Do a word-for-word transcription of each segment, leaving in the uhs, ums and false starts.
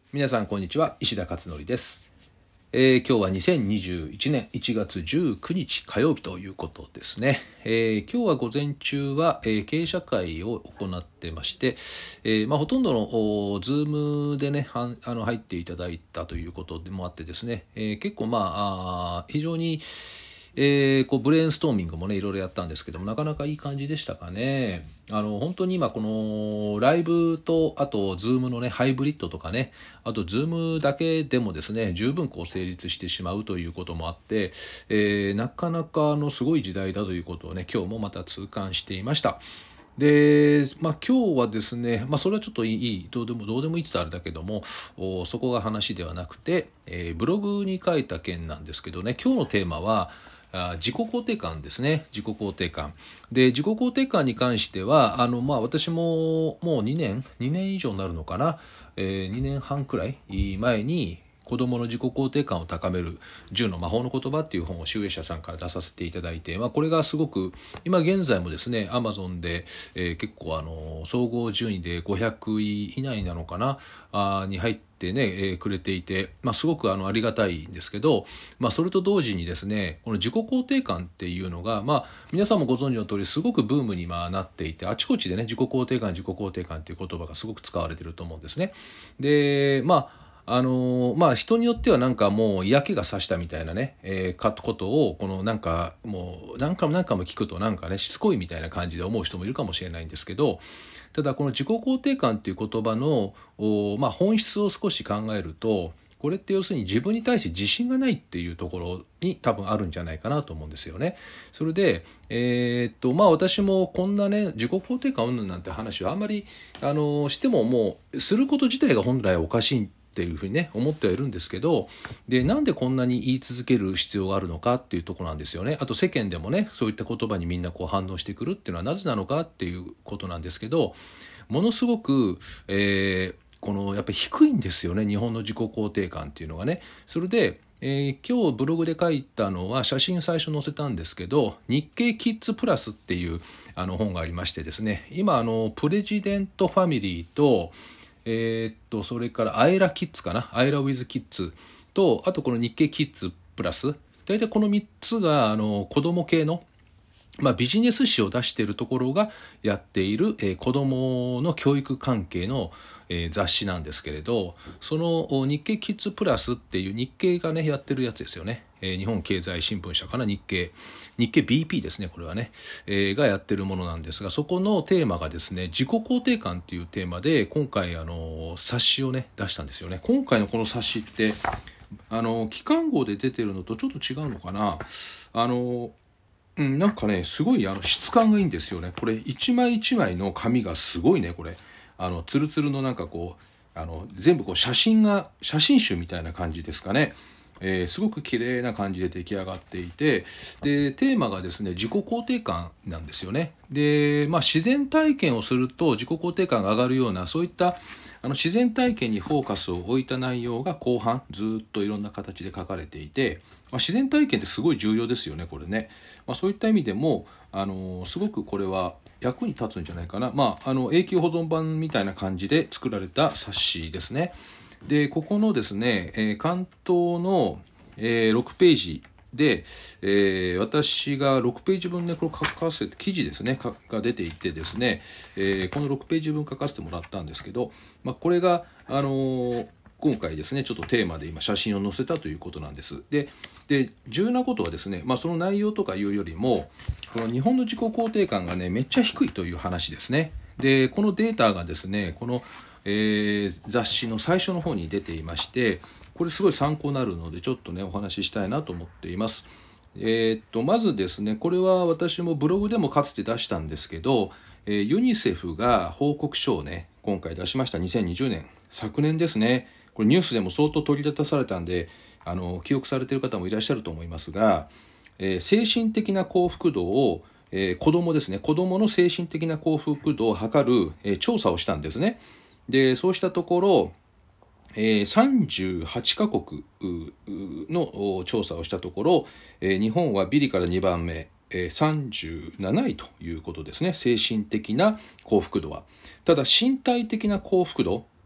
皆さんこんにちは、石田勝則です。えー、今日はにせんにじゅういちねんいちがつじゅうくにち火曜日ということですね。えー、今日は午前中は、えー、経営者会を行ってまして、えーまあ、ほとんどのズームでねはあの入っていただいたということでもあってですね、えー、結構まああ非常にえー、こうブレインストーミングもねいろいろやったんですけども、なかなかいい感じでしたかね。あの本当に今このライブとあとズームのねハイブリッドとかね、あとズームだけでもですね十分こう成立してしまうということもあって、えー、なかなかのすごい時代だということをね今日もまた痛感していました。で、まあ、今日はですね、まあ、それはちょっといい、どうでも、どうでもいいって言ったらあれだけども、そこが話ではなくて、えー、ブログに書いた件なんですけどね、今日のテーマは、あ自己肯定感ですね。自己肯定感。で、自己肯定感に関しては、あの、まあ、私ももうにねん、にねん以上になるのかな、えー、にねんはんくらい前に、子どもの自己肯定感を高めるじゅうの魔法の言葉っていう本を集英社さんから出させていただいて、まあ、これがすごく今現在もですね Amazon で、えー、結構あの総合順位でごひゃくい以内なのかなあに入ってね、えー、くれていて、まあ、すごくあのありがたいんですけど、まあ、それと同時にですねこの自己肯定感っていうのが、まあ、皆さんもご存知の通りすごくブームにまなっていて、あちこちでね自己肯定感自己肯定感っていう言葉がすごく使われていると思うんですね。でまああのー、まあ人によってはなんかもう嫌気がさしたみたいなね、えー、かことをこのなんかもう何回も何回も聞くとなんかねしつこいみたいな感じで思う人もいるかもしれないんですけど、ただこの自己肯定感っていう言葉の、まあ、本質を少し考えると、これって要するに自分に対して自信がないっていうところに多分あるんじゃないかなと思うんですよね。それで、えー、っとまあ私もこんなね自己肯定感云々なんて話はあんまりあのしてももうすること自体が本来おかしいっていうふうにね思ってはいるんですけど、でなんでこんなに言い続ける必要があるのかっていうところなんですよね。あと世間でもねそういった言葉にみんなこう反応してくるっていうのはなぜなのかっていうことなんですけど、ものすごく、えー、このやっぱり低いんですよね、日本の自己肯定感っていうのがね。それでえー、今日ブログで書いたのは写真最初載せたんですけど、日経キッズプラスっていうあの本がありましてですね、今あのプレジデントファミリーとえー、っとそれからアイラキッズかな、アイラウィズキッズと、あとこの日経キッズプラス、大体このみっつがあの子供系のまあ、ビジネス誌を出しているところがやっている、えー、子どもの教育関係の、えー、雑誌なんですけれど、その日経キッズプラスっていう日経がねやってるやつですよね、えー、日本経済新聞社かな、日経日経 ビーピー ですね、これはね、えー、がやってるものなんですが、そこのテーマがですね自己肯定感っていうテーマで今回あの冊子をね出したんですよね。今回のこの冊子ってあの期間号で出てるのとちょっと違うのかな、あのうん、なんかねすごいあの質感がいいんですよね。これ一枚一枚の紙がすごいね、これあのツルツルのなんかこうあの全部こう写真が写真集みたいな感じですかね。えー、すごく綺麗な感じで出来上がっていて、でテーマがですね自己肯定感なんですよね。で、まあ、自然体験をすると自己肯定感が上がるようなそういったあの自然体験にフォーカスを置いた内容が後半ずっといろんな形で書かれていて、まあ、自然体験ってすごい重要ですよねこれね。まあ、そういった意味でもあのすごくこれは役に立つんじゃないかな、まあ、あの永久保存版みたいな感じで作られた冊子ですね。でここのですね、えー、関東の、えー、ろくページで、えー、私がろくページ分ねこれ書かせて記事ですねが出ていてですね、えー、このろくページ分書かせてもらったんですけど、まあ、これがあのー今回ですねちょっとテーマで今写真を載せたということなんです。でで重要なことはですね、まあ、その内容とかいうよりもこの日本の自己肯定感がねめっちゃ低いという話ですね。でこのデータがですねこの、えー、雑誌の最初の方に出ていまして、これすごい参考になるのでちょっとねお話ししたいなと思っています。えー、っとまずですねこれは私もブログでもかつて出したんですけど、えー、ユニセフが報告書をね今回出しました。にせんにじゅうねん昨年ですね。これニュースでも相当取り立たされたんであの記憶されている方もいらっしゃると思いますが、えー、精神的な幸福度を、えー、子供ですね子供の精神的な幸福度を測る、えー、調査をしたんですね。でそうしたところ、えー、さんじゅうはちカ国の調査をしたところ、えー、日本はビリからにばんめ、えー、さんじゅうなないということですね。精神的な幸福度は。ただ身体的な幸福度、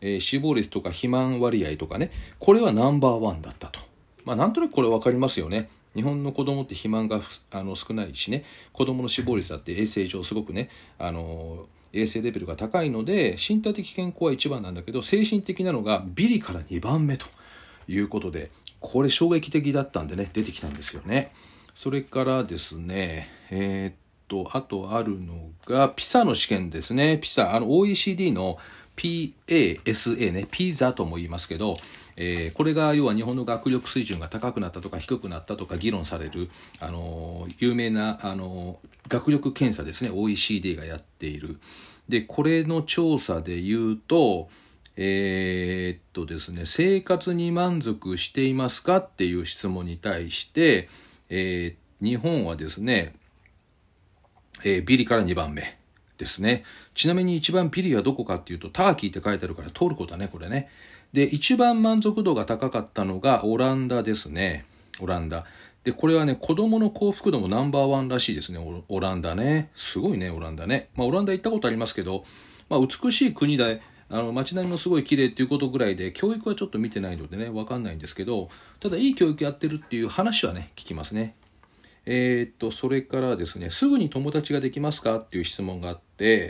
えー、死亡率とか肥満割合とかね、これはナンバーワンだったと。まあなんとなくこれ分かりますよね。日本の子供って肥満があの少ないしね、子供の死亡率だって衛生上すごくね、あの衛生レベルが高いので身体的健康はいちばんなんだけど、精神的なのがビリからにばんめということで、これ衝撃的だったんでね、出てきたんですよね。それからですね、えー、っとあとあるのがピサの試験ですね。ピサ、あの オーイーシーディー の ピーエーエスエー ね、ピザとも言いますけど、えー、これが要は日本の学力水準が高くなったとか低くなったとか議論される、あのー、有名な、あのー、学力検査ですね。 オーイーシーディー がやっている。でこれの調査で言うと、えー、っとですね生活に満足していますかっていう質問に対して、えー、日本はですね、えー、ビリからにばんめですね。ちなみに一番ビリはどこかっていうとターキーって書いてあるからトルコだね、これね。で一番満足度が高かったのがオランダですね。オランダでこれはね、子どもの幸福度もナンバーワンらしいですね。オランダね、すごいねオランダね。まあオランダ行ったことありますけど、まあ、美しい国であの街並みもすごい綺麗っていうことぐらいで、教育はちょっと見てないのでね分かんないんですけど、ただいい教育やってるっていう話はね聞きますね。えー、っとそれからですね、すぐに友達ができますかっていう質問があって、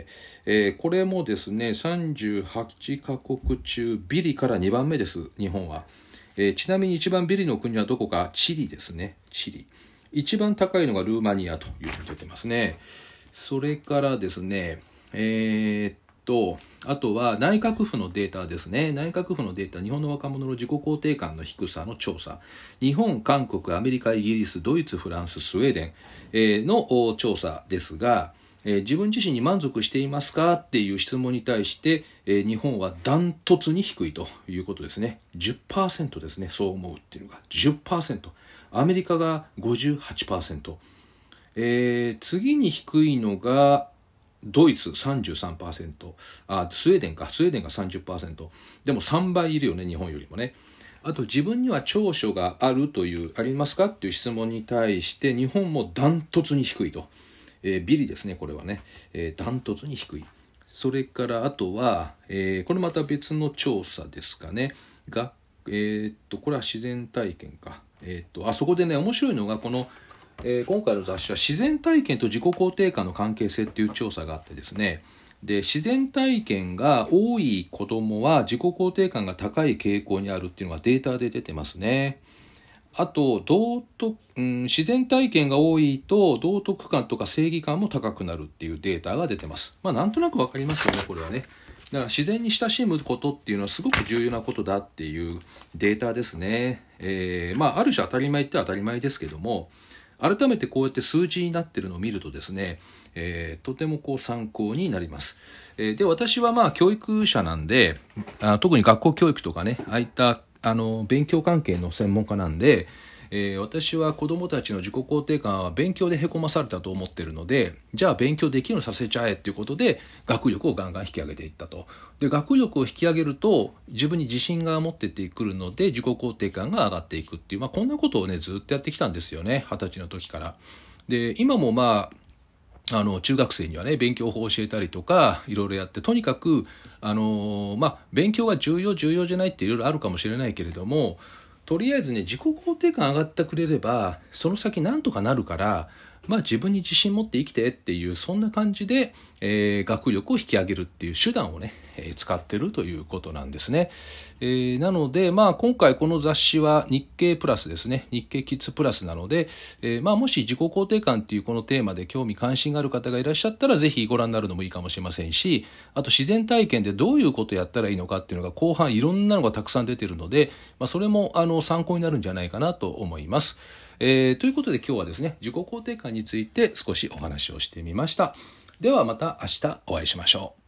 えー、これもですねさんじゅうはちカ国中ビリからにばんめです、日本は。えー、ちなみに一番ビリの国はどこか、チリですね。チリ。一番高いのがルーマニアというふうに出てますね。それからですね、えー、っとあとは内閣府のデータですね。内閣府のデータ、日本の若者の自己肯定感の低さの調査。日本、韓国、アメリカ、イギリス、ドイツ、フランス、スウェーデン、えー、の調査ですが、えー、自分自身に満足していますかっていう質問に対して、えー、日本はダントツに低いということですね。 じゅっパーセント ですね。そう思うっていうのが じゅっパーセント、 アメリカが ごじゅうはちパーセント、えー、次に低いのがドイツ さんじゅうさんパーセント、 あスウェーデンかスウェーデンが さんじゅっパーセント、 でもさんばいいるよね、日本よりもね。あと自分には長所があるというありますかっていう質問に対して日本もダントツに低いと、えー、ビリですね、これはね、えー、ダントツに低い。それからあとは、えー、これまた別の調査ですかねが、えー、っとこれは自然体験か、えー、っとあそこでね面白いのが、このえー、今回の雑誌は自然体験と自己肯定感の関係性っていう調査があってですね、で自然体験が多い子どもは自己肯定感が高い傾向にあるっていうのがデータで出てますね。あと道徳、うん、自然体験が多いと道徳感とか正義感も高くなるっていうデータが出てます。まあなんとなくわかりますよね、これはね。だから自然に親しむことっていうのはすごく重要なことだっていうデータですね。えー、まあある種当たり前って当たり前ですけども、改めてこうやって数字になっているのを見るとですね、えー、とてもこう参考になります。えー、で私はまあ教育者なんで、あ特に学校教育とかね、ああいったあの勉強関係の専門家なんで、えー、私は子どもたちの自己肯定感は勉強でへこまされたと思っているので、じゃあ勉強できるようにさせちゃえっていうことで学力をガンガン引き上げていったと。で学力を引き上げると自分に自信が持ってってくるので自己肯定感が上がっていくっていう、まあ、こんなことをねずっとやってきたんですよね、二十歳の時から。で今もまああの中学生にはね勉強法を教えたりとかいろいろやって、とにかくあの、まあ、勉強が重要重要じゃないっていろいろあるかもしれないけれども、とりあえずね自己肯定感上がってくれればその先なんとかなるから、まあ、自分に自信持って生きてっていう、そんな感じで、えー、学力を引き上げるっていう手段をね、えー、使ってるということなんですね。えー、なので、まあ、今回この雑誌は日経プラスですね、日経キッズプラスなので、えーまあ、もし自己肯定感っていうこのテーマで興味関心がある方がいらっしゃったらぜひご覧になるのもいいかもしれませんし、あと自然体験でどういうことをやったらいいのかっていうのが後半いろんなのがたくさん出てるので、まあ、それもあの参考になるんじゃないかなと思います。えー、ということで今日はですね、自己肯定感について少しお話をしてみました。ではまた明日お会いしましょう。